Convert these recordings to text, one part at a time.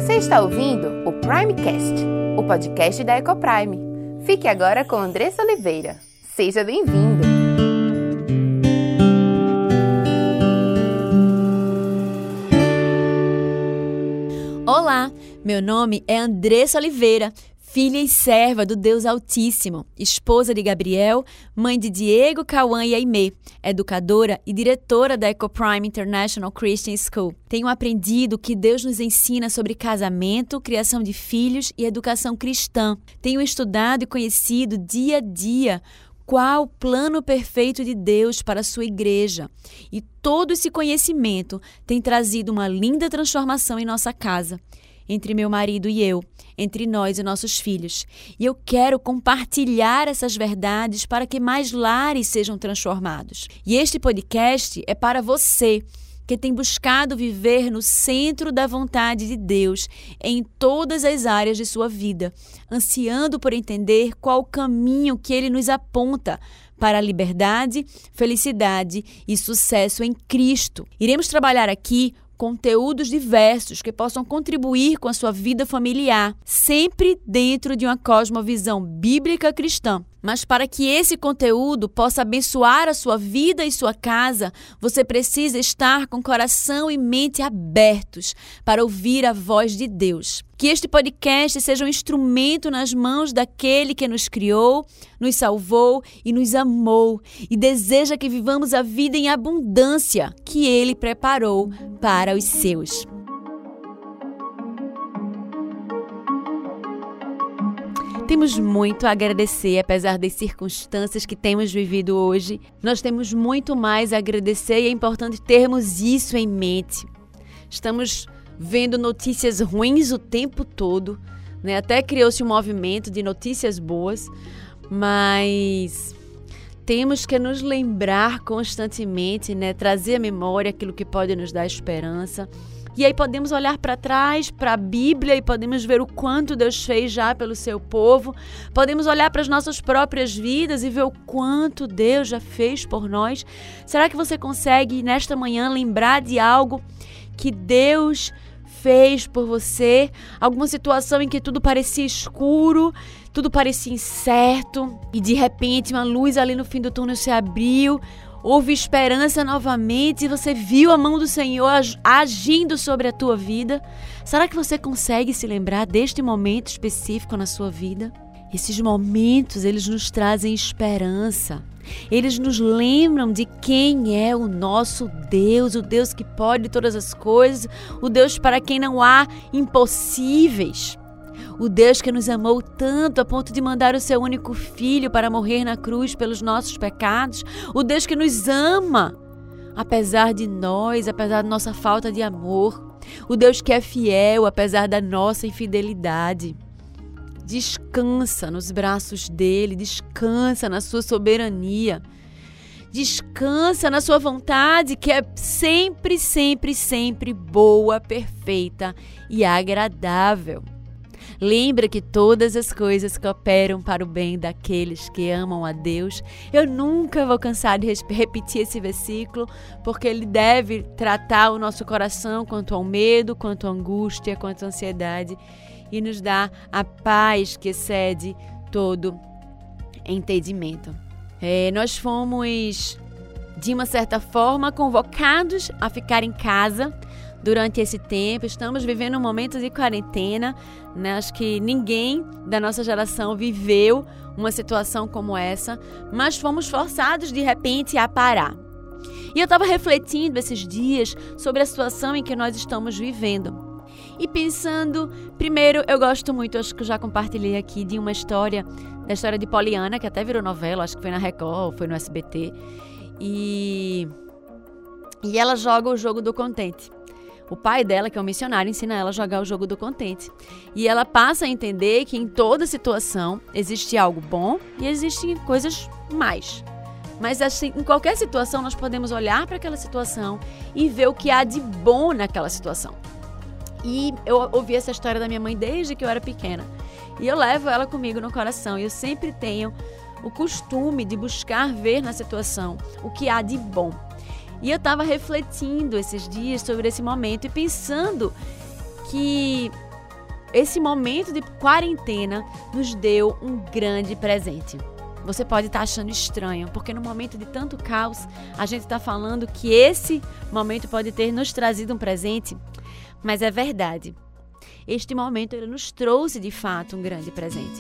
Você está ouvindo o Primecast, o podcast da Ecoprime. Fique agora com Andressa Oliveira. Seja bem-vindo! Olá, meu nome é Andressa Oliveira, filha e serva do Deus Altíssimo, esposa de Gabriel, mãe de Diego, Cauã e Aimee, educadora e diretora da Ecoprime International Christian School. Tenho aprendido que Deus nos ensina sobre casamento, criação de filhos e educação cristã. Tenho estudado e conhecido dia a dia qual o plano perfeito de Deus para a sua igreja. E todo esse conhecimento tem trazido uma linda transformação em nossa casa, entre meu marido e eu, entre nós e nossos filhos. E eu quero compartilhar essas verdades para que mais lares sejam transformados. E este podcast é para você que tem buscado viver no centro da vontade de Deus em todas as áreas de sua vida, ansiando por entender qual o caminho que Ele nos aponta para a liberdade, felicidade e sucesso em Cristo. Iremos trabalhar aqui conteúdos diversos que possam contribuir com a sua vida familiar, sempre dentro de uma cosmovisão bíblica cristã. Mas para que esse conteúdo possa abençoar a sua vida e sua casa, você precisa estar com coração e mente abertos para ouvir a voz de Deus. Que este podcast seja um instrumento nas mãos daquele que nos criou, nos salvou e nos amou e deseja que vivamos a vida em abundância que Ele preparou para os seus. Temos muito a agradecer, apesar das circunstâncias que temos vivido hoje. Nós temos muito mais a agradecer e é importante termos isso em mente. Estamos vendo notícias ruins o tempo todo, né? Até criou-se um movimento de notícias boas, mas temos que nos lembrar constantemente, né? Trazer à memória aquilo que pode nos dar esperança. E aí podemos olhar para trás, para a Bíblia, e podemos ver o quanto Deus fez já pelo seu povo. Podemos olhar para as nossas próprias vidas e ver o quanto Deus já fez por nós. Será que você consegue, nesta manhã, lembrar de algo que Deus fez por você? Alguma situação em que tudo parecia escuro, tudo parecia incerto, e de repente uma luz ali no fim do túnel se abriu. Houve esperança novamente e você viu a mão do Senhor agindo sobre a tua vida. Será que você consegue se lembrar deste momento específico na sua vida? Esses momentos, eles nos trazem esperança. Eles nos lembram de quem é o nosso Deus, o Deus que pode todas as coisas, o Deus para quem não há impossíveis. O Deus que nos amou tanto a ponto de mandar o seu único filho para morrer na cruz pelos nossos pecados. O Deus que nos ama, apesar de nós, apesar da nossa falta de amor. O Deus que é fiel, apesar da nossa infidelidade. Descansa nos braços dele, descansa na sua soberania. Descansa na sua vontade, que é sempre, sempre, sempre boa, perfeita e agradável. Lembra que todas as coisas cooperam para o bem daqueles que amam a Deus. Eu nunca vou cansar de repetir esse versículo, porque ele deve tratar o nosso coração quanto ao medo, quanto à angústia, quanto à ansiedade e nos dá a paz que excede todo entendimento. Nós fomos, de uma certa forma, convocados a ficar em casa durante esse tempo. Estamos vivendo um momento de quarentena, né? Acho que ninguém da nossa geração viveu uma situação como essa, mas fomos forçados de repente a parar. E eu estava refletindo esses dias sobre a situação em que nós estamos vivendo. E pensando, primeiro, eu gosto muito, acho que eu já compartilhei aqui, de uma história, da história de Poliana, que até virou novela, acho que foi na Record, foi no SBT. E ela joga o jogo do contente. O pai dela, que é um missionário, ensina ela a jogar o jogo do contente. E ela passa a entender que em toda situação existe algo bom e existem coisas mais. Mas assim, em qualquer situação nós podemos olhar para aquela situação e ver o que há de bom naquela situação. E eu ouvi essa história da minha mãe desde que eu era pequena. E eu levo ela comigo no coração. E eu sempre tenho o costume de buscar ver na situação o que há de bom. E eu estava refletindo esses dias sobre esse momento e pensando que esse momento de quarentena nos deu um grande presente. Você pode estar achando estranho, porque no momento de tanto caos, a gente está falando que esse momento pode ter nos trazido um presente, mas é verdade. Este momento ele nos trouxe, de fato, um grande presente.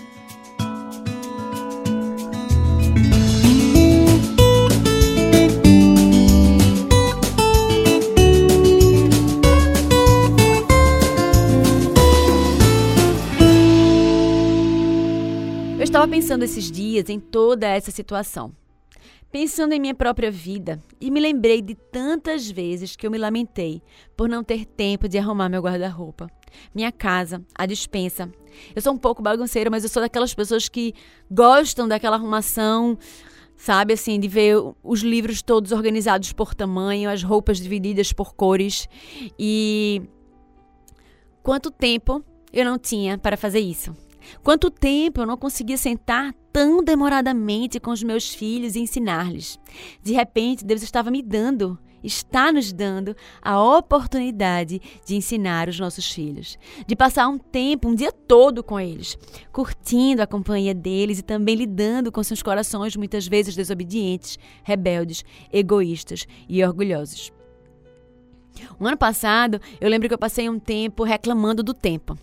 Eu estava pensando esses dias em toda essa situação, pensando em minha própria vida, e me lembrei de tantas vezes que eu me lamentei por não ter tempo de arrumar meu guarda-roupa, minha casa, a despensa. Eu sou um pouco bagunceira, mas eu sou daquelas pessoas que gostam daquela arrumação, sabe, assim, de ver os livros todos organizados por tamanho, as roupas divididas por cores. E quanto tempo eu não tinha para fazer isso? Quanto tempo eu não conseguia sentar tão demoradamente com os meus filhos e ensinar-lhes? De repente, Deus está nos dando a oportunidade de ensinar os nossos filhos, de passar um dia todo com eles, curtindo a companhia deles e também lidando com seus corações muitas vezes desobedientes, rebeldes, egoístas e orgulhosos. O ano passado, eu lembro que eu passei um tempo reclamando do tempo.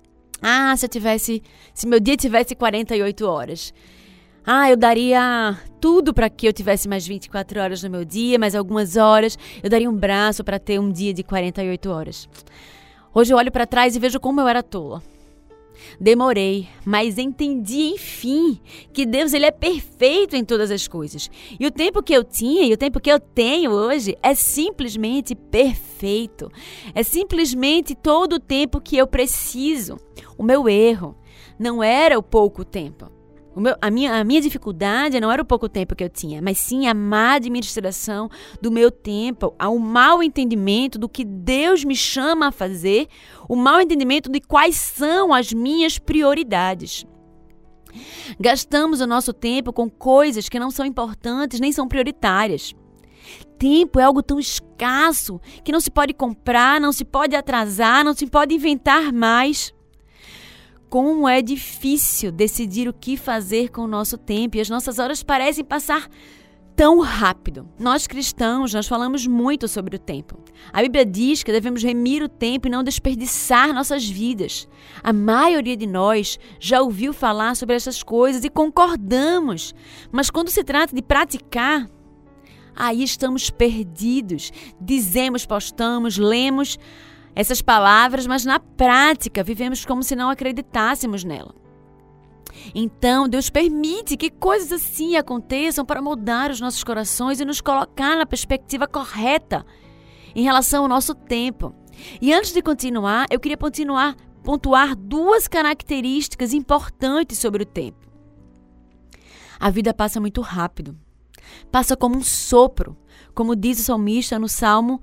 Se meu dia tivesse 48 horas. Eu daria tudo para que eu tivesse mais 24 horas no meu dia, mais algumas horas. Eu daria um braço para ter um dia de 48 horas. Hoje eu olho para trás e vejo como eu era tola. Demorei, mas entendi, enfim, que Deus ele é perfeito em todas as coisas. E o tempo que eu tinha e o tempo que eu tenho hoje é simplesmente perfeito. É simplesmente todo o tempo que eu preciso. O meu erro não era o pouco tempo. A minha dificuldade não era o pouco tempo que eu tinha, mas sim a má administração do meu tempo, ao mau entendimento do que Deus me chama a fazer, o mau entendimento de quais são as minhas prioridades. Gastamos o nosso tempo com coisas que não são importantes nem são prioritárias. Tempo é algo tão escasso que não se pode comprar, não se pode atrasar, não se pode inventar mais. Como é difícil decidir o que fazer com o nosso tempo e as nossas horas parecem passar tão rápido. Nós cristãos, nós falamos muito sobre o tempo. A Bíblia diz que devemos remir o tempo e não desperdiçar nossas vidas. A maioria de nós já ouviu falar sobre essas coisas e concordamos, mas quando se trata de praticar, aí estamos perdidos. Dizemos, postamos, lemos essas palavras, mas na prática vivemos como se não acreditássemos nela. Então, Deus permite que coisas assim aconteçam para moldar os nossos corações e nos colocar na perspectiva correta em relação ao nosso tempo. E antes de continuar, eu queria pontuar duas características importantes sobre o tempo. A vida passa muito rápido. Passa como um sopro, como diz o salmista no Salmo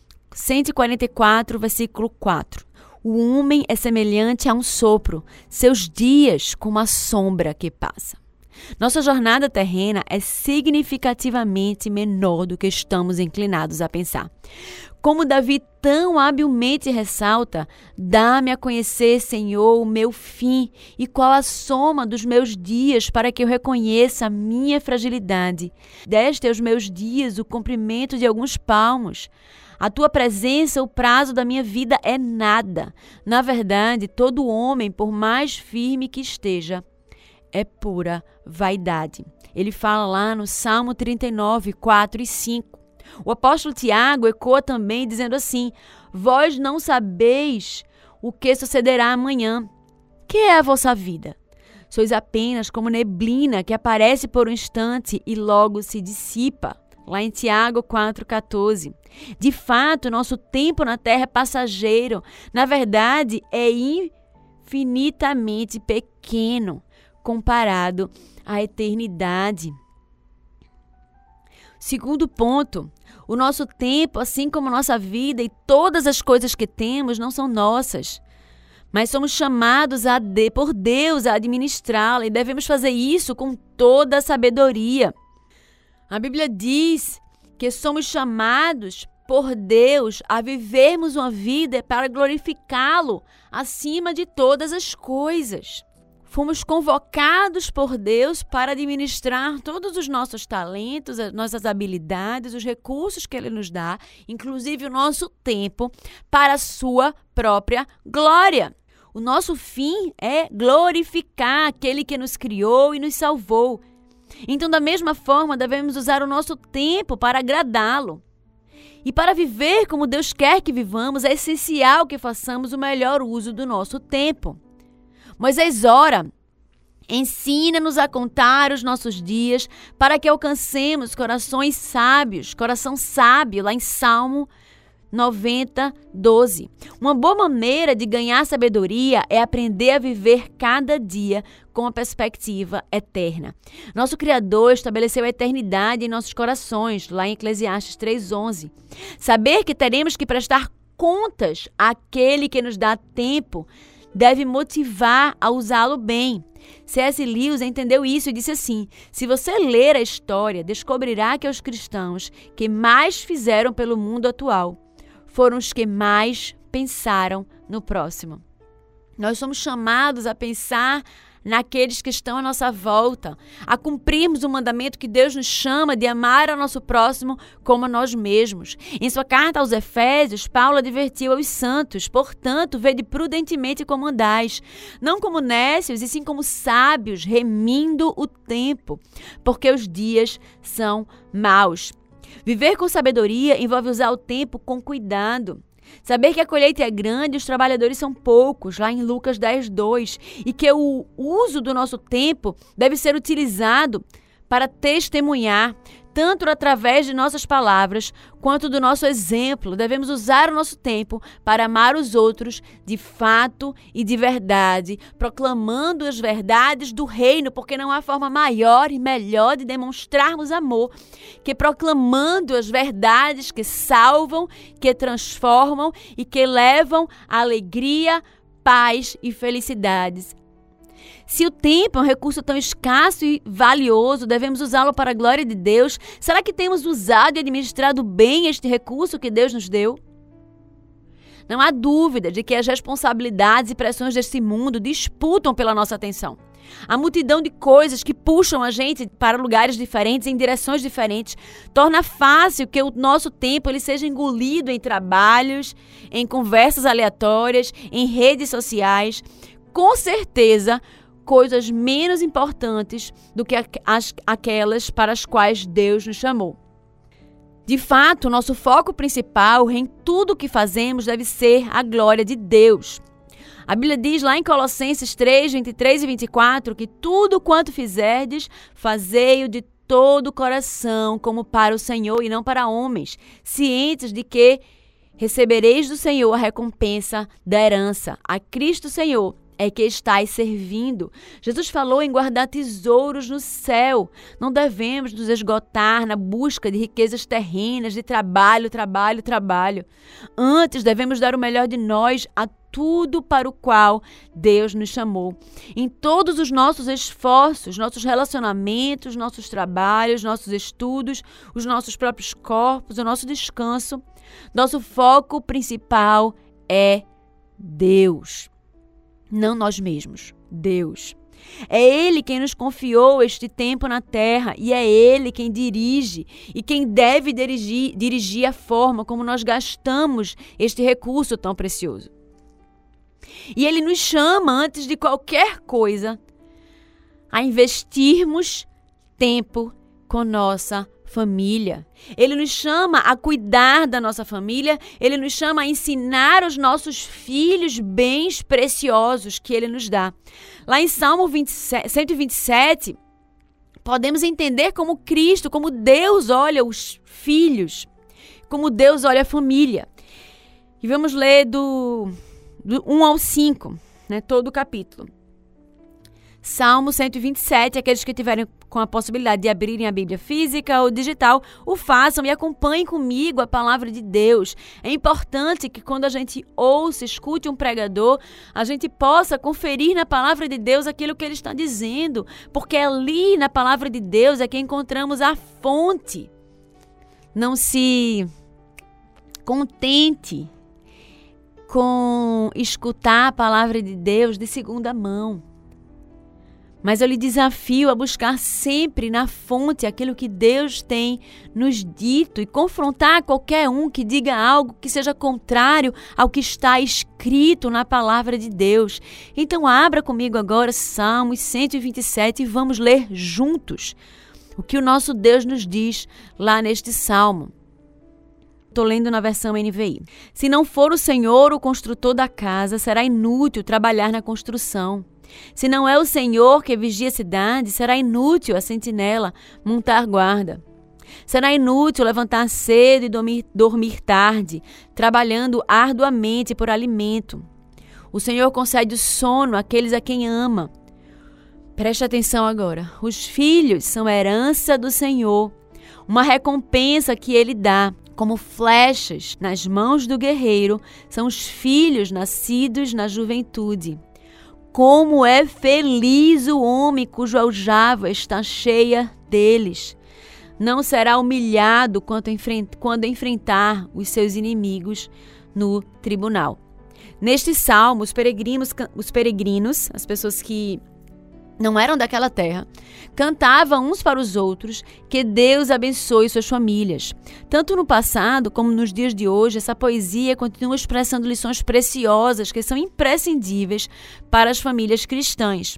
144, versículo 4. O homem é semelhante a um sopro, seus dias como a sombra que passa. Nossa jornada terrena é significativamente menor do que estamos inclinados a pensar. Como Davi tão habilmente ressalta, dá-me a conhecer, Senhor, o meu fim e qual a soma dos meus dias para que eu reconheça a minha fragilidade. Deste aos meus dias o comprimento de alguns palmos. A tua presença, o prazo da minha vida é nada. Na verdade, todo homem, por mais firme que esteja, é pura vaidade. Ele fala lá no Salmo 39, 4 e 5. O apóstolo Tiago ecoa também dizendo assim: vós não sabeis o que sucederá amanhã. Que é a vossa vida? Sois apenas como neblina que aparece por um instante e logo se dissipa. Lá em Tiago 4,14. De fato, nosso tempo na terra é passageiro. Na verdade, é infinitamente pequeno comparado à eternidade. Segundo ponto, o nosso tempo, assim como nossa vida e todas as coisas que temos, não são nossas. Mas somos chamados por Deus a administrá-la e devemos fazer isso com toda a sabedoria. A Bíblia diz que somos chamados por Deus a vivermos uma vida para glorificá-lo acima de todas as coisas. Fomos convocados por Deus para administrar todos os nossos talentos, as nossas habilidades, os recursos que Ele nos dá, inclusive o nosso tempo, para a sua própria glória. O nosso fim é glorificar aquele que nos criou e nos salvou. Então, da mesma forma, devemos usar o nosso tempo para agradá-lo. E para viver como Deus quer que vivamos, é essencial que façamos o melhor uso do nosso tempo. Moisés ora, ensina-nos a contar os nossos dias para que alcancemos corações sábios, coração sábio, lá em Salmo 90, 12. Uma boa maneira de ganhar sabedoria é aprender a viver cada dia com a perspectiva eterna. Nosso Criador estabeleceu a eternidade em nossos corações, lá em Eclesiastes 3:11. Saber que teremos que prestar contas àquele que nos dá tempo deve motivar a usá-lo bem. C.S. Lewis entendeu isso e disse assim: se você ler a história, descobrirá que os cristãos que mais fizeram pelo mundo atual foram os que mais pensaram no próximo. Nós somos chamados a pensar naqueles que estão à nossa volta, a cumprirmos o mandamento que Deus nos chama de amar ao nosso próximo como a nós mesmos. Em sua carta aos Efésios, Paulo advertiu aos santos: portanto, vede prudentemente como andais, não como nécios, e sim como sábios, remindo o tempo, porque os dias são maus. Viver com sabedoria envolve usar o tempo com cuidado. Saber que a colheita é grande e os trabalhadores são poucos, lá em Lucas 10:2, e que o uso do nosso tempo deve ser utilizado para testemunhar, tanto através de nossas palavras quanto do nosso exemplo. Devemos usar o nosso tempo para amar os outros de fato e de verdade, proclamando as verdades do reino, porque não há forma maior e melhor de demonstrarmos amor que proclamando as verdades que salvam, que transformam e que levam alegria, paz e felicidades. Se o tempo é um recurso tão escasso e valioso, devemos usá-lo para a glória de Deus. Será que temos usado e administrado bem este recurso que Deus nos deu? Não há dúvida de que as responsabilidades e pressões deste mundo disputam pela nossa atenção. A multidão de coisas que puxam a gente para lugares diferentes, em direções diferentes, torna fácil que o nosso tempo ele seja engolido em trabalhos, em conversas aleatórias, em redes sociais. Com certeza, coisas menos importantes do que aquelas para as quais Deus nos chamou. De fato, nosso foco principal em tudo o que fazemos deve ser a glória de Deus. A Bíblia diz lá em Colossenses 3, 23 e 24 que tudo quanto fizerdes, fazei-o de todo o coração, como para o Senhor e não para homens, cientes de que recebereis do Senhor a recompensa da herança. A Cristo Senhor é que estáis servindo. Jesus falou em guardar tesouros no céu. Não devemos nos esgotar na busca de riquezas terrenas, de trabalho. Antes, devemos dar o melhor de nós a tudo para o qual Deus nos chamou. Em todos os nossos esforços, nossos relacionamentos, nossos trabalhos, nossos estudos, os nossos próprios corpos, o nosso descanso, nosso foco principal é Deus. Não nós mesmos, Deus. É Ele quem nos confiou este tempo na terra e é Ele quem dirige e quem deve dirigir a forma como nós gastamos este recurso tão precioso. E Ele nos chama, antes de qualquer coisa, a investirmos tempo com nossa família. Ele nos chama a cuidar da nossa família, Ele nos chama a ensinar os nossos filhos bens preciosos que Ele nos dá. Lá em Salmo 127, podemos entender como Cristo, como Deus olha os filhos, como Deus olha a família. E vamos ler do 1 ao 5, todo o capítulo. Salmo 127, aqueles que tiverem com a possibilidade de abrirem a Bíblia física ou digital, o façam e acompanhem comigo a palavra de Deus. É importante que quando a gente ouça, escute um pregador, a gente possa conferir na palavra de Deus aquilo que ele está dizendo, porque ali na palavra de Deus é que encontramos a fonte. Não se contente com escutar a palavra de Deus de segunda mão. Mas eu lhe desafio a buscar sempre na fonte aquilo que Deus tem nos dito e confrontar qualquer um que diga algo que seja contrário ao que está escrito na palavra de Deus. Então abra comigo agora Salmos 127 e vamos ler juntos o que o nosso Deus nos diz lá neste Salmo. Estou lendo na versão NVI. Se não for o Senhor o construtor da casa, será inútil trabalhar na construção. Se não é o Senhor que vigia a cidade, será inútil a sentinela montar guarda. Será inútil levantar cedo e dormir tarde, trabalhando arduamente por alimento. O Senhor concede o sono àqueles a quem ama. Preste atenção agora. Os filhos são herança do Senhor, uma recompensa que Ele dá. Como flechas nas mãos do guerreiro, são os filhos nascidos na juventude. Como é feliz o homem cuja aljava está cheia deles. Não será humilhado quando enfrentar os seus inimigos no tribunal. Neste salmo, os peregrinos, as pessoas que não eram daquela terra, cantavam uns para os outros que Deus abençoe suas famílias. Tanto no passado como nos dias de hoje, essa poesia continua expressando lições preciosas que são imprescindíveis para as famílias cristãs.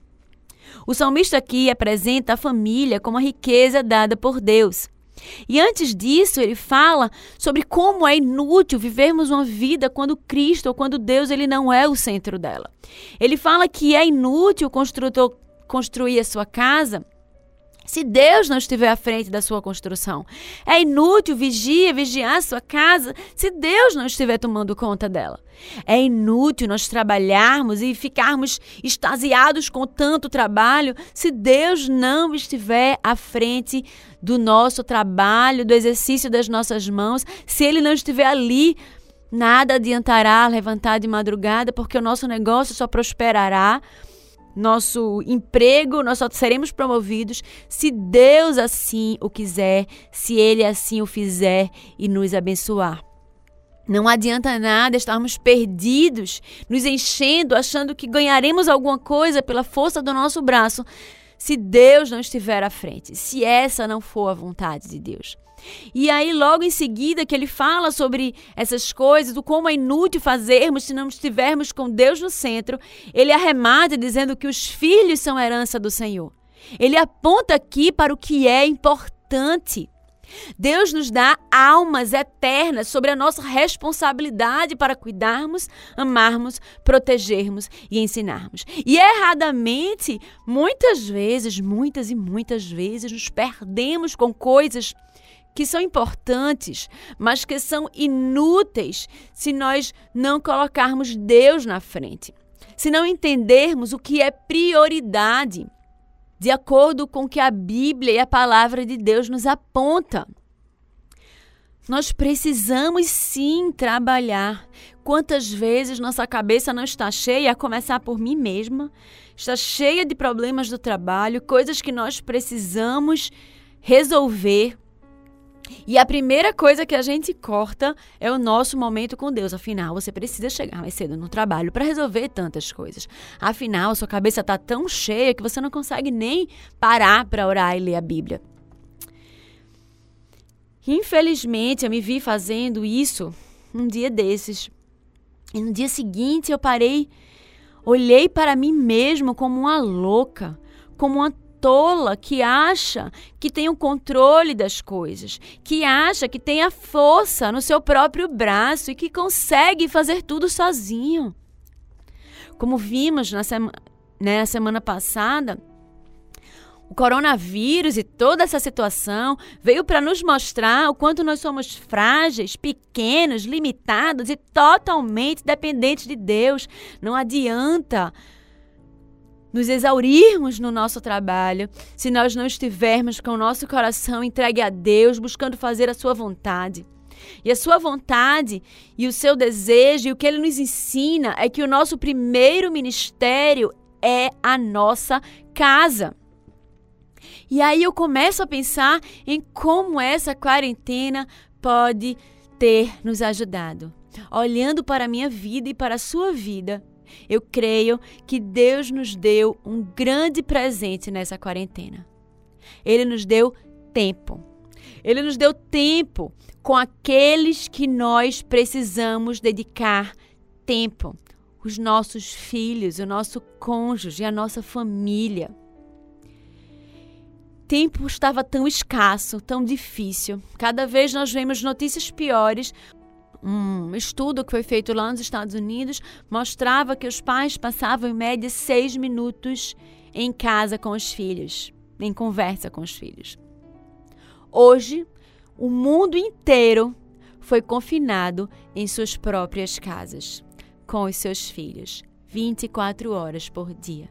O salmista aqui apresenta a família como a riqueza dada por Deus. E antes disso, ele fala sobre como é inútil vivermos uma vida quando Cristo ou quando Deus ele não é o centro dela. Ele fala que é inútil construir a sua casa se Deus não estiver à frente da sua construção. É inútil vigiar a sua casa se Deus não estiver tomando conta dela. É inútil nós trabalharmos e ficarmos extasiados com tanto trabalho se Deus não estiver à frente do nosso trabalho, do exercício das nossas mãos. Se Ele não estiver ali, nada adiantará levantar de madrugada, porque o nosso negócio só prosperará. Nosso emprego, nós só seremos promovidos se Deus assim o quiser, se Ele assim o fizer e nos abençoar. Não adianta nada estarmos perdidos, nos enchendo, achando que ganharemos alguma coisa pela força do nosso braço, se Deus não estiver à frente, se essa não for a vontade de Deus. E aí, logo em seguida, que ele fala sobre essas coisas, do como é inútil fazermos se não estivermos com Deus no centro, ele arremata dizendo que os filhos são herança do Senhor. Ele aponta aqui para o que é importante. Deus nos dá almas eternas sobre a nossa responsabilidade para cuidarmos, amarmos, protegermos e ensinarmos. E erradamente, muitas vezes, nos perdemos com coisas que são importantes, mas que são inúteis se nós não colocarmos Deus na frente. Se não entendermos o que é prioridade, de acordo com o que a Bíblia e a palavra de Deus nos aponta. Nós precisamos sim trabalhar. Quantas vezes nossa cabeça não está cheia, a começar por mim mesma, está cheia de problemas do trabalho, coisas que nós precisamos resolver. E a primeira coisa que a gente corta é o nosso momento com Deus. Afinal, você precisa chegar mais cedo no trabalho para resolver tantas coisas. Afinal, sua cabeça está tão cheia que você não consegue nem parar para orar e ler a Bíblia. Infelizmente, eu me vi fazendo isso um dia desses. E no dia seguinte eu parei, olhei para mim mesma como uma louca, como uma tola que acha que tem o controle das coisas, que acha que tem a força no seu próprio braço e que consegue fazer tudo sozinho. Como vimos na semana passada, o coronavírus e toda essa situação veio para nos mostrar o quanto nós somos frágeis, pequenos, limitados e totalmente dependentes de Deus. Não adianta nos exaurirmos no nosso trabalho se nós não estivermos com o nosso coração entregue a Deus, buscando fazer a sua vontade. E a sua vontade e o seu desejo e o que Ele nos ensina é que o nosso primeiro ministério é a nossa casa. E aí eu começo a pensar em como essa quarentena pode ter nos ajudado. Olhando para a minha vida e para a sua vida, eu creio que Deus nos deu um grande presente nessa quarentena. Ele nos deu tempo. Ele nos deu tempo com aqueles que nós precisamos dedicar tempo. Os nossos filhos, o nosso cônjuge, a nossa família. Tempo estava tão escasso, tão difícil. Cada vez nós vemos notícias piores. Um estudo que foi feito lá nos Estados Unidos mostrava que os pais passavam em média 6 minutos em casa com os filhos, em conversa com os filhos. Hoje, o mundo inteiro foi confinado em suas próprias casas, com os seus filhos, 24 horas por dia.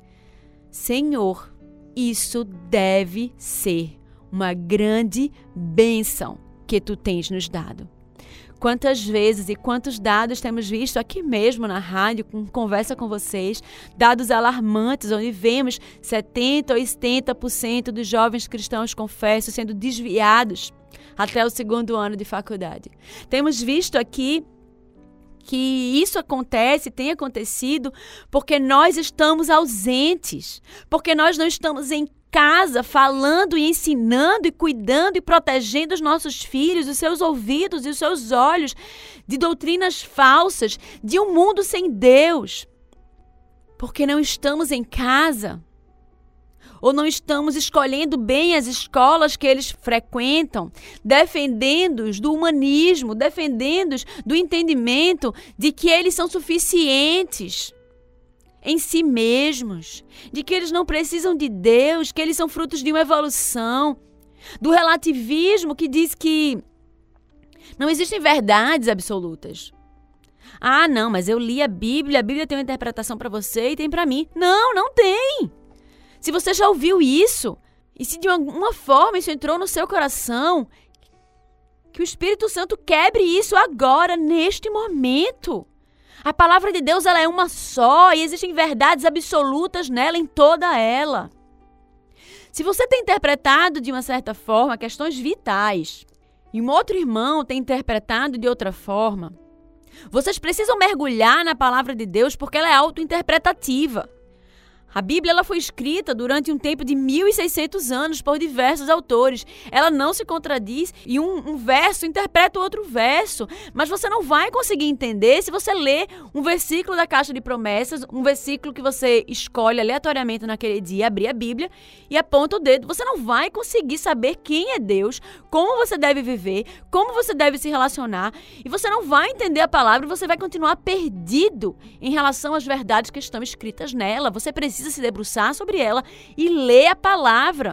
Senhor, isso deve ser uma grande bênção que Tu tens nos dado. Quantas vezes e quantos dados temos visto aqui mesmo na rádio, com conversa com vocês, dados alarmantes, onde vemos 70% ou 80% dos jovens cristãos, confesso, sendo desviados até o 2º ano de faculdade. Temos visto aqui que isso acontece, tem acontecido, porque nós estamos ausentes, porque nós não estamos em casa falando e ensinando e cuidando e protegendo os nossos filhos, os seus ouvidos e os seus olhos de doutrinas falsas, de um mundo sem Deus. Porque não estamos em casa. Ou não estamos escolhendo bem as escolas que eles frequentam, defendendo-os do humanismo, defendendo-os do entendimento de que eles são suficientes em si mesmos, de que eles não precisam de Deus, que eles são frutos de uma evolução, do relativismo que diz que não existem verdades absolutas. Ah, não, mas eu li a Bíblia tem uma interpretação para você e tem para mim. Não, não tem. Se você já ouviu isso, e se de alguma forma isso entrou no seu coração, que o Espírito Santo quebre isso agora, neste momento. A palavra de Deus, ela é uma só e existem verdades absolutas nela, em toda ela. Se você tem interpretado de uma certa forma questões vitais e um outro irmão tem interpretado de outra forma, vocês precisam mergulhar na palavra de Deus porque ela é auto-interpretativa. A Bíblia ela foi escrita durante um tempo de 1.600 anos por diversos autores. Ela não se contradiz e um verso interpreta o outro verso. Mas você não vai conseguir entender se você ler um versículo da Caixa de Promessas, um versículo que você escolhe aleatoriamente naquele dia, abrir a Bíblia e aponta o dedo. Você não vai conseguir saber quem é Deus, como você deve viver, como você deve se relacionar. E você não vai entender a palavra e você vai continuar perdido em relação às verdades que estão escritas nela. Você precisa se debruçar sobre ela e ler a palavra.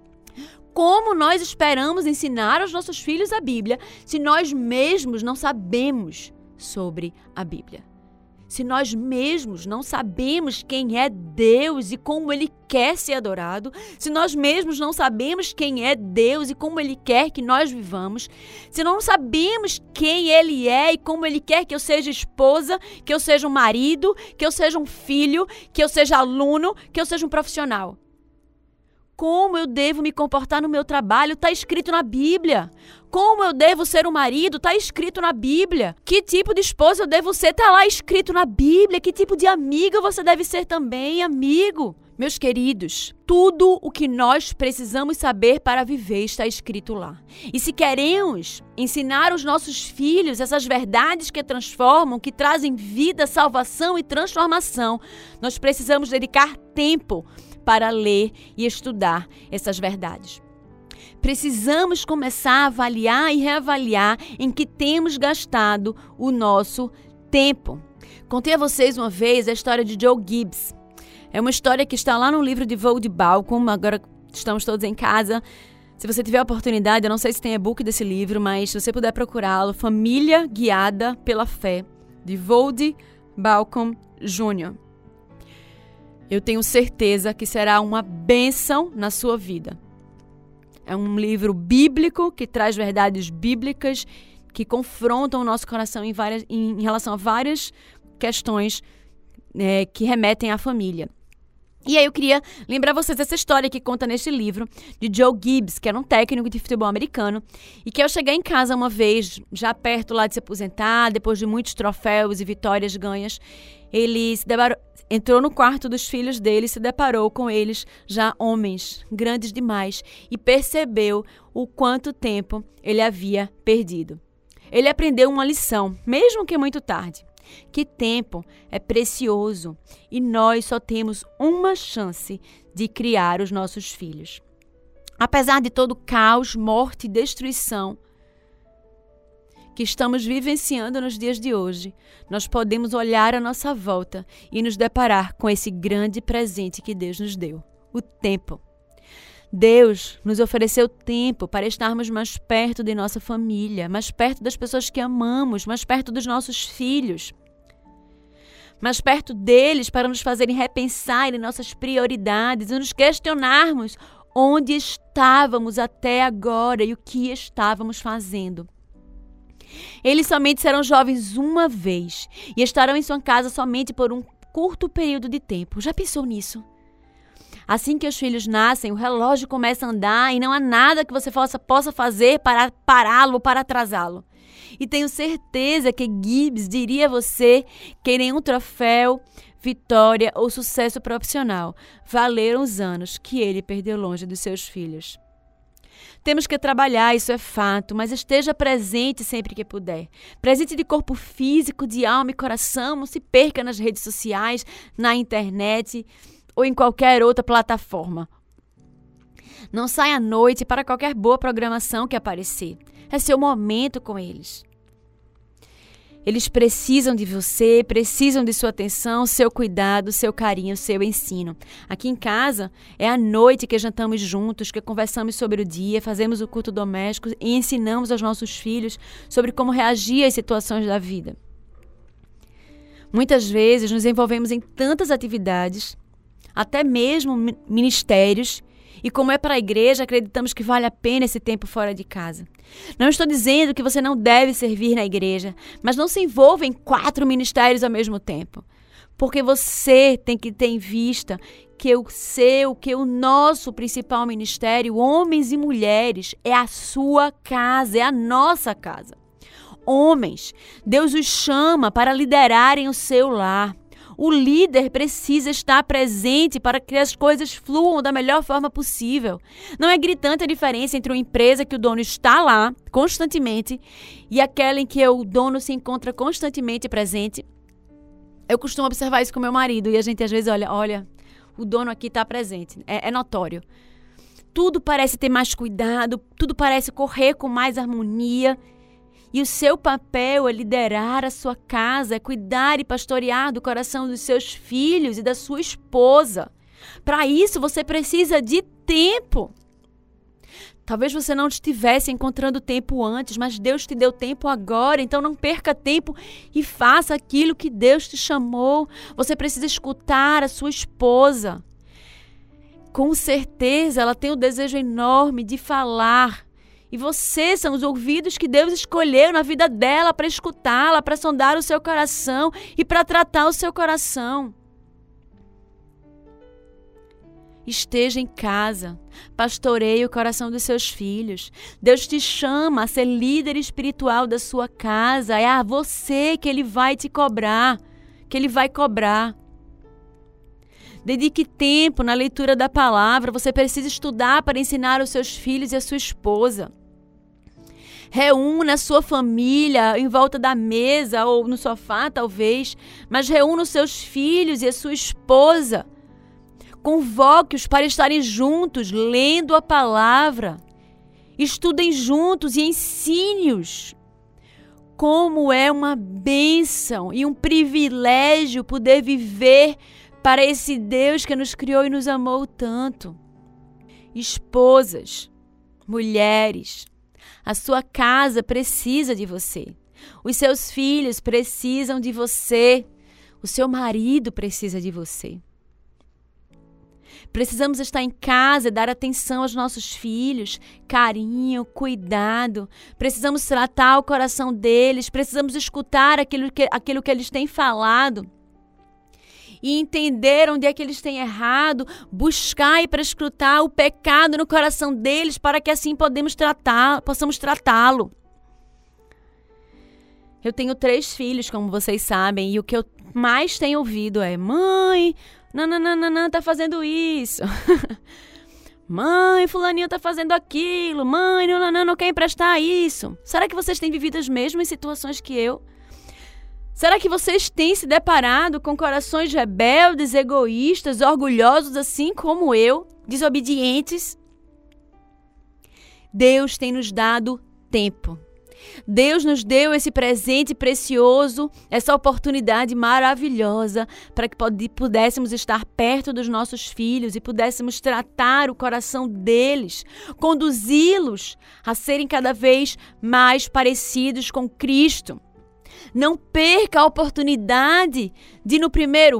Como nós esperamos ensinar aos nossos filhos a Bíblia se nós mesmos não sabemos sobre a Bíblia? Se nós mesmos não sabemos quem é Deus e como Ele quer ser adorado, se nós mesmos não sabemos quem é Deus e como Ele quer que nós vivamos, se não sabemos quem Ele é e como Ele quer que eu seja esposa, que eu seja um marido, que eu seja um filho, que eu seja aluno, que eu seja um profissional. Como eu devo me comportar no meu trabalho? Está escrito na Bíblia. Como eu devo ser um marido? Está escrito na Bíblia. Que tipo de esposa eu devo ser? Está lá escrito na Bíblia. Que tipo de amiga você deve ser também, amigo? Meus queridos, tudo o que nós precisamos saber para viver está escrito lá. E se queremos ensinar aos nossos filhos essas verdades que transformam, que trazem vida, salvação e transformação, nós precisamos dedicar tempo para ler e estudar essas verdades. Precisamos começar a avaliar e reavaliar em que temos gastado o nosso tempo. Contei a vocês uma vez a história de Joe Gibbs. É uma história que está lá no livro de Voddie Baucham, agora estamos todos em casa. Se você tiver a oportunidade, eu não sei se tem e-book desse livro, mas se você puder procurá-lo, Família Guiada pela Fé, de Voddie Baucham Jr. Eu tenho certeza que será uma bênção na sua vida. É um livro bíblico que traz verdades bíblicas que confrontam o nosso coração em relação a várias questões que remetem à família. E aí eu queria lembrar vocês dessa história que conta neste livro de Joe Gibbs, que era um técnico de futebol americano, e que ao chegar em casa uma vez, já perto lá de se aposentar, depois de muitos troféus e vitórias ganhas, ele entrou no quarto dos filhos dele e se deparou com eles já homens, grandes demais, e percebeu o quanto tempo ele havia perdido. Ele aprendeu uma lição, mesmo que muito tarde. Que tempo é precioso e nós só temos uma chance de criar os nossos filhos. Apesar de todo o caos, morte e destruição que estamos vivenciando nos dias de hoje, nós podemos olhar à nossa volta e nos deparar com esse grande presente que Deus nos deu, o tempo. Deus nos ofereceu tempo para estarmos mais perto de nossa família, mais perto das pessoas que amamos, mais perto dos nossos filhos, mais perto deles para nos fazerem repensar em nossas prioridades e nos questionarmos onde estávamos até agora e o que estávamos fazendo. Eles somente serão jovens uma vez e estarão em sua casa somente por um curto período de tempo. Já pensou nisso? Assim que os filhos nascem, o relógio começa a andar e não há nada que você possa fazer para pará-lo, para atrasá-lo. E tenho certeza que Gibbs diria a você que nenhum troféu, vitória ou sucesso profissional valeram os anos que ele perdeu longe dos seus filhos. Temos que trabalhar, isso é fato, mas esteja presente sempre que puder. Presente de corpo físico, de alma e coração, não se perca nas redes sociais, na internet ou em qualquer outra plataforma. Não saia à noite para qualquer boa programação que aparecer. É seu momento com eles. Eles precisam de você, precisam de sua atenção, seu cuidado, seu carinho, seu ensino. Aqui em casa, é à noite que jantamos juntos, que conversamos sobre o dia, fazemos o culto doméstico e ensinamos aos nossos filhos sobre como reagir às situações da vida. Muitas vezes nos envolvemos em tantas atividades, até mesmo ministérios, e como é para a igreja, acreditamos que vale a pena esse tempo fora de casa. Não estou dizendo que você não deve servir na igreja, mas não se envolva em 4 ministérios ao mesmo tempo. Porque você tem que ter em vista que o nosso principal ministério, homens e mulheres, é a sua casa, é a nossa casa. Homens, Deus os chama para liderarem o seu lar. O líder precisa estar presente para que as coisas fluam da melhor forma possível. Não é gritante a diferença entre uma empresa que o dono está lá constantemente e aquela em que o dono se encontra constantemente presente. Eu costumo observar isso com meu marido e a gente às vezes olha, o dono aqui está presente. É notório. Tudo parece ter mais cuidado, tudo parece correr com mais harmonia. E o seu papel é liderar a sua casa, é cuidar e pastorear do coração dos seus filhos e da sua esposa. Para isso, você precisa de tempo. Talvez você não estivesse encontrando tempo antes, mas Deus te deu tempo agora, então não perca tempo e faça aquilo que Deus te chamou. Você precisa escutar a sua esposa. Com certeza, ela tem um desejo enorme de falar. E vocês são os ouvidos que Deus escolheu na vida dela para escutá-la, para sondar o seu coração e para tratar o seu coração. Esteja em casa, pastoreie o coração dos seus filhos. Deus te chama a ser líder espiritual da sua casa. É a você que Ele vai te cobrar, que Ele vai cobrar. Dedique tempo na leitura da palavra. Você precisa estudar para ensinar os seus filhos e a sua esposa. Reúna a sua família em volta da mesa ou no sofá, talvez, mas reúna os seus filhos e a sua esposa. Convoque-os para estarem juntos, lendo a palavra. Estudem juntos e ensine-os. Como é uma bênção e um privilégio poder viver para esse Deus que nos criou e nos amou tanto. Esposas, mulheres, a sua casa precisa de você. Os seus filhos precisam de você. O seu marido precisa de você. Precisamos estar em casa e dar atenção aos nossos filhos, carinho, cuidado. Precisamos tratar o coração deles, precisamos escutar aquilo que eles têm falado. e entender onde é que eles têm errado, buscar e prescrutar o pecado no coração deles para que assim possamos tratá-lo. Eu tenho 3 filhos, como vocês sabem, e o que eu mais tenho ouvido é: mãe, não tá fazendo isso. Mãe, fulaninho tá fazendo aquilo. Mãe, não quer emprestar isso. Será que vocês têm vivido as mesmas situações que eu? Será que vocês têm se deparado com corações rebeldes, egoístas, orgulhosos, assim como eu, desobedientes? Deus tem nos dado tempo. Deus nos deu esse presente precioso, essa oportunidade maravilhosa para que pudéssemos estar perto dos nossos filhos e pudéssemos tratar o coração deles, conduzi-los a serem cada vez mais parecidos com Cristo. Não perca a oportunidade de, no primeiro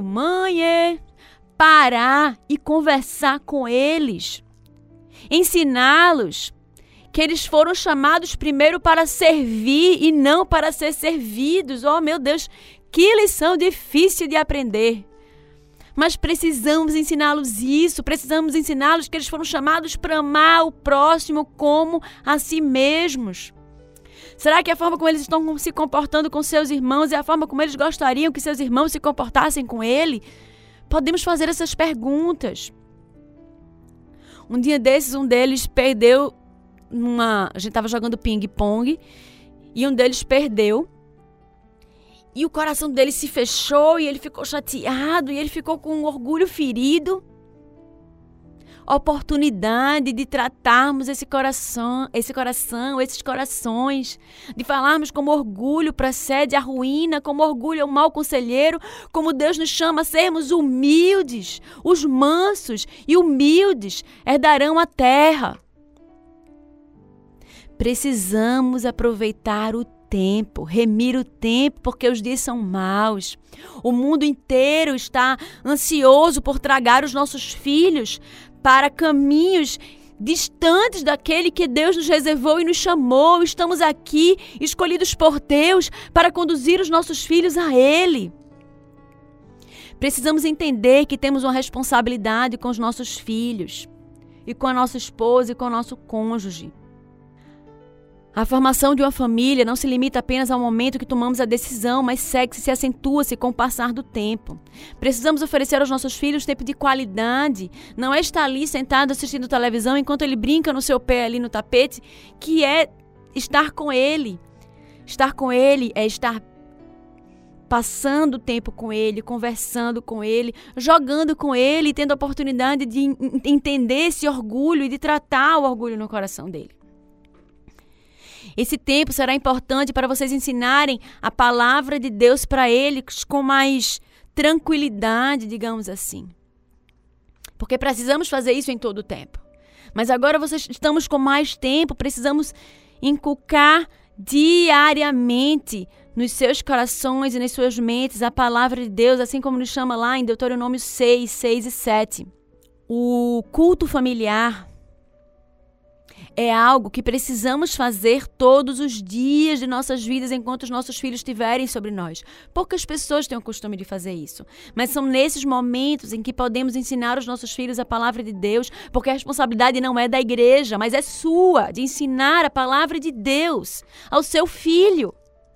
parar e conversar com eles, ensiná-los que eles foram chamados primeiro para servir e não para ser servidos. Oh, meu Deus, que lição difícil de aprender. Mas precisamos ensiná-los isso, precisamos ensiná-los que eles foram chamados para amar o próximo como a si mesmos. Será que a forma como eles estão se comportando com seus irmãos é a forma como eles gostariam que seus irmãos se comportassem com ele? Podemos fazer essas perguntas. Um dia desses, um deles perdeu a gente estava jogando ping-pong e um deles perdeu e o coração dele se fechou e ele ficou chateado e ele ficou com um orgulho ferido. Oportunidade de tratarmos esses corações, de falarmos como orgulho precede a ruína, como orgulho é um mau conselheiro, como Deus nos chama a sermos humildes. Os mansos e humildes herdarão a terra. Precisamos aproveitar o tempo, remir o tempo, porque os dias são maus. O mundo inteiro está ansioso por tragar os nossos filhos para caminhos distantes daquele que Deus nos reservou e nos chamou. Estamos aqui, escolhidos por Deus, para conduzir os nossos filhos a Ele. Precisamos entender que temos uma responsabilidade com os nossos filhos, e com a nossa esposa e com o nosso cônjuge. A formação de uma família não se limita apenas ao momento que tomamos a decisão, mas segue-se e acentua-se com o passar do tempo. Precisamos oferecer aos nossos filhos tempo de qualidade. Não é estar ali sentado assistindo televisão enquanto ele brinca no seu pé ali no tapete, que é estar com ele. Estar com ele é estar passando tempo com ele, conversando com ele, jogando com ele, tendo a oportunidade de entender esse orgulho e de tratar o orgulho no coração dele. Esse tempo será importante para vocês ensinarem a palavra de Deus para eles com mais tranquilidade, digamos assim. Porque precisamos fazer isso em todo o tempo. Mas agora estamos com mais tempo, precisamos inculcar diariamente nos seus corações e nas suas mentes a palavra de Deus, assim como nos chama lá em Deuteronômio 6, 6 e 7. O culto familiar é algo que precisamos fazer todos os dias de nossas vidas enquanto os nossos filhos estiverem sobre nós. Poucas pessoas têm o costume de fazer isso, mas são nesses momentos em que podemos ensinar os nossos filhos a palavra de Deus, porque a responsabilidade não é da igreja, mas é sua, de ensinar a palavra de Deus ao seu filho.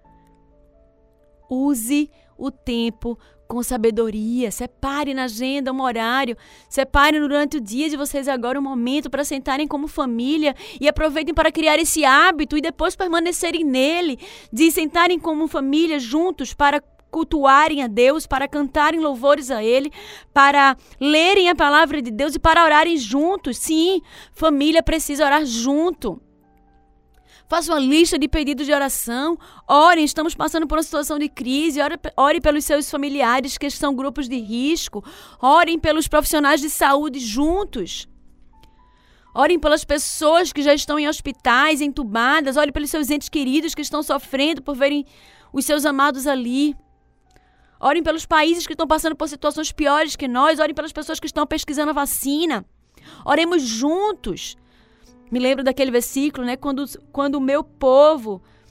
Use o tempo com sabedoria, separe na agenda um horário, separe durante o dia de vocês agora um momento para sentarem como família e aproveitem para criar esse hábito e depois permanecerem nele, de sentarem como família juntos para cultuarem a Deus, para cantarem louvores a Ele, para lerem a palavra de Deus e para orarem juntos. Sim, família precisa orar junto. Faça uma lista de pedidos de oração. Orem, estamos passando por uma situação de crise. Ore pelos seus familiares que são grupos de risco. Orem pelos profissionais de saúde juntos. Orem pelas pessoas que já estão em hospitais, entubadas. Orem pelos seus entes queridos que estão sofrendo por verem os seus amados ali. Orem pelos países que estão passando por situações piores que nós. Orem pelas pessoas que estão pesquisando a vacina. Oremos juntos. Me lembro daquele versículo, né? Quando o meu povo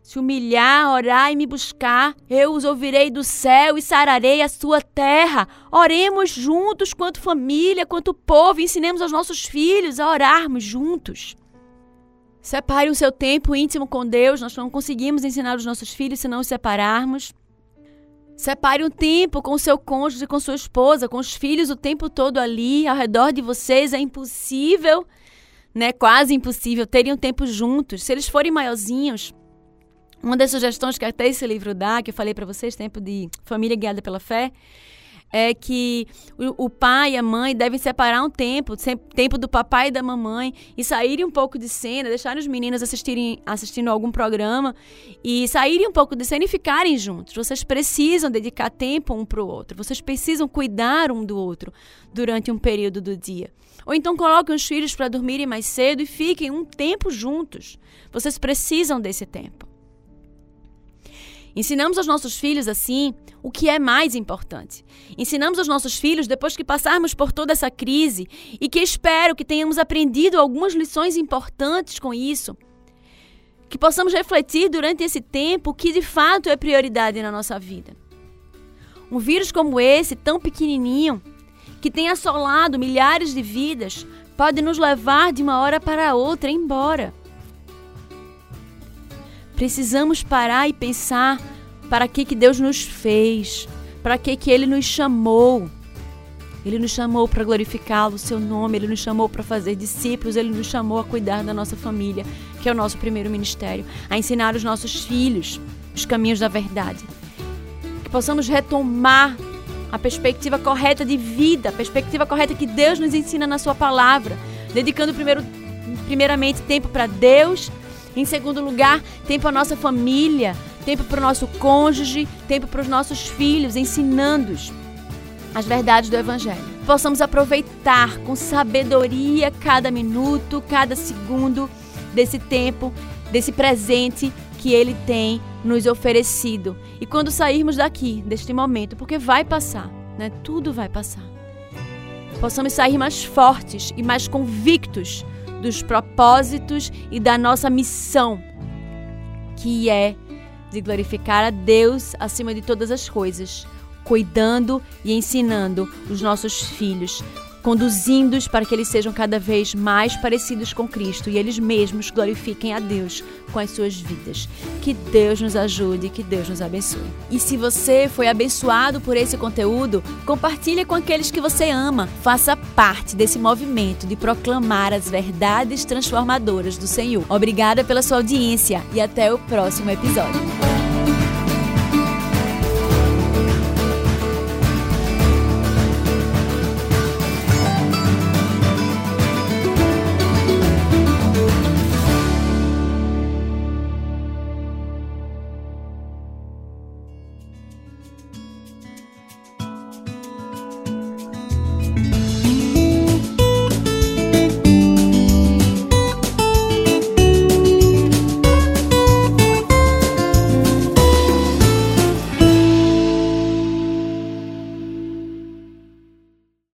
se humilhar, orar e me buscar, eu os ouvirei do céu e sararei a sua terra. Oremos juntos, quanto família, quanto povo, ensinemos aos nossos filhos a orarmos juntos. Separe o seu tempo íntimo com Deus. Nós não conseguimos ensinar os nossos filhos se não os separarmos. Separe um tempo com o seu cônjuge, com sua esposa, com os filhos o tempo todo ali, ao redor de vocês. É impossível, quase impossível, terem um tempo juntos. Se eles forem maiorzinhos, uma das sugestões que até esse livro dá, que eu falei para vocês, Tempo de Família Guiada pela Fé, é que o pai e a mãe devem separar um tempo do papai e da mamãe, e saírem um pouco de cena, deixarem os meninos assistindo algum programa, e saírem um pouco de cena e ficarem juntos. Vocês precisam dedicar tempo um para o outro, vocês precisam cuidar um do outro durante um período do dia. Ou então coloquem os filhos para dormirem mais cedo e fiquem um tempo juntos. Vocês precisam desse tempo. Ensinamos aos nossos filhos, assim, o que é mais importante. Ensinamos aos nossos filhos, depois que passarmos por toda essa crise, e que espero que tenhamos aprendido algumas lições importantes com isso, que possamos refletir durante esse tempo o que de fato é prioridade na nossa vida. Um vírus como esse, tão pequenininho, que tem assolado milhares de vidas, pode nos levar de uma hora para outra embora. Precisamos parar e pensar para que Deus nos fez, para que Ele nos chamou. Ele nos chamou para glorificá-lo, o seu nome, Ele nos chamou para fazer discípulos, Ele nos chamou a cuidar da nossa família, que é o nosso primeiro ministério, a ensinar os nossos filhos os caminhos da verdade. Que possamos retomar a perspectiva correta de vida, a perspectiva correta que Deus nos ensina na sua palavra, dedicando primeiramente tempo para Deus. Em segundo lugar, tempo à nossa família, tempo para o nosso cônjuge, tempo para os nossos filhos, ensinando-os as verdades do Evangelho. Possamos aproveitar com sabedoria cada minuto, cada segundo desse tempo, desse presente que Ele tem nos oferecido. E quando sairmos daqui, deste momento, porque vai passar, tudo vai passar, possamos sair mais fortes e mais convictos dos propósitos e da nossa missão, que é de glorificar a Deus acima de todas as coisas, cuidando e ensinando os nossos filhos, conduzindo-os para que eles sejam cada vez mais parecidos com Cristo e eles mesmos glorifiquem a Deus com as suas vidas. Que Deus nos ajude, que Deus nos abençoe. E se você foi abençoado por esse conteúdo, compartilhe com aqueles que você ama. Faça parte desse movimento de proclamar as verdades transformadoras do Senhor. Obrigada pela sua audiência e até o próximo episódio.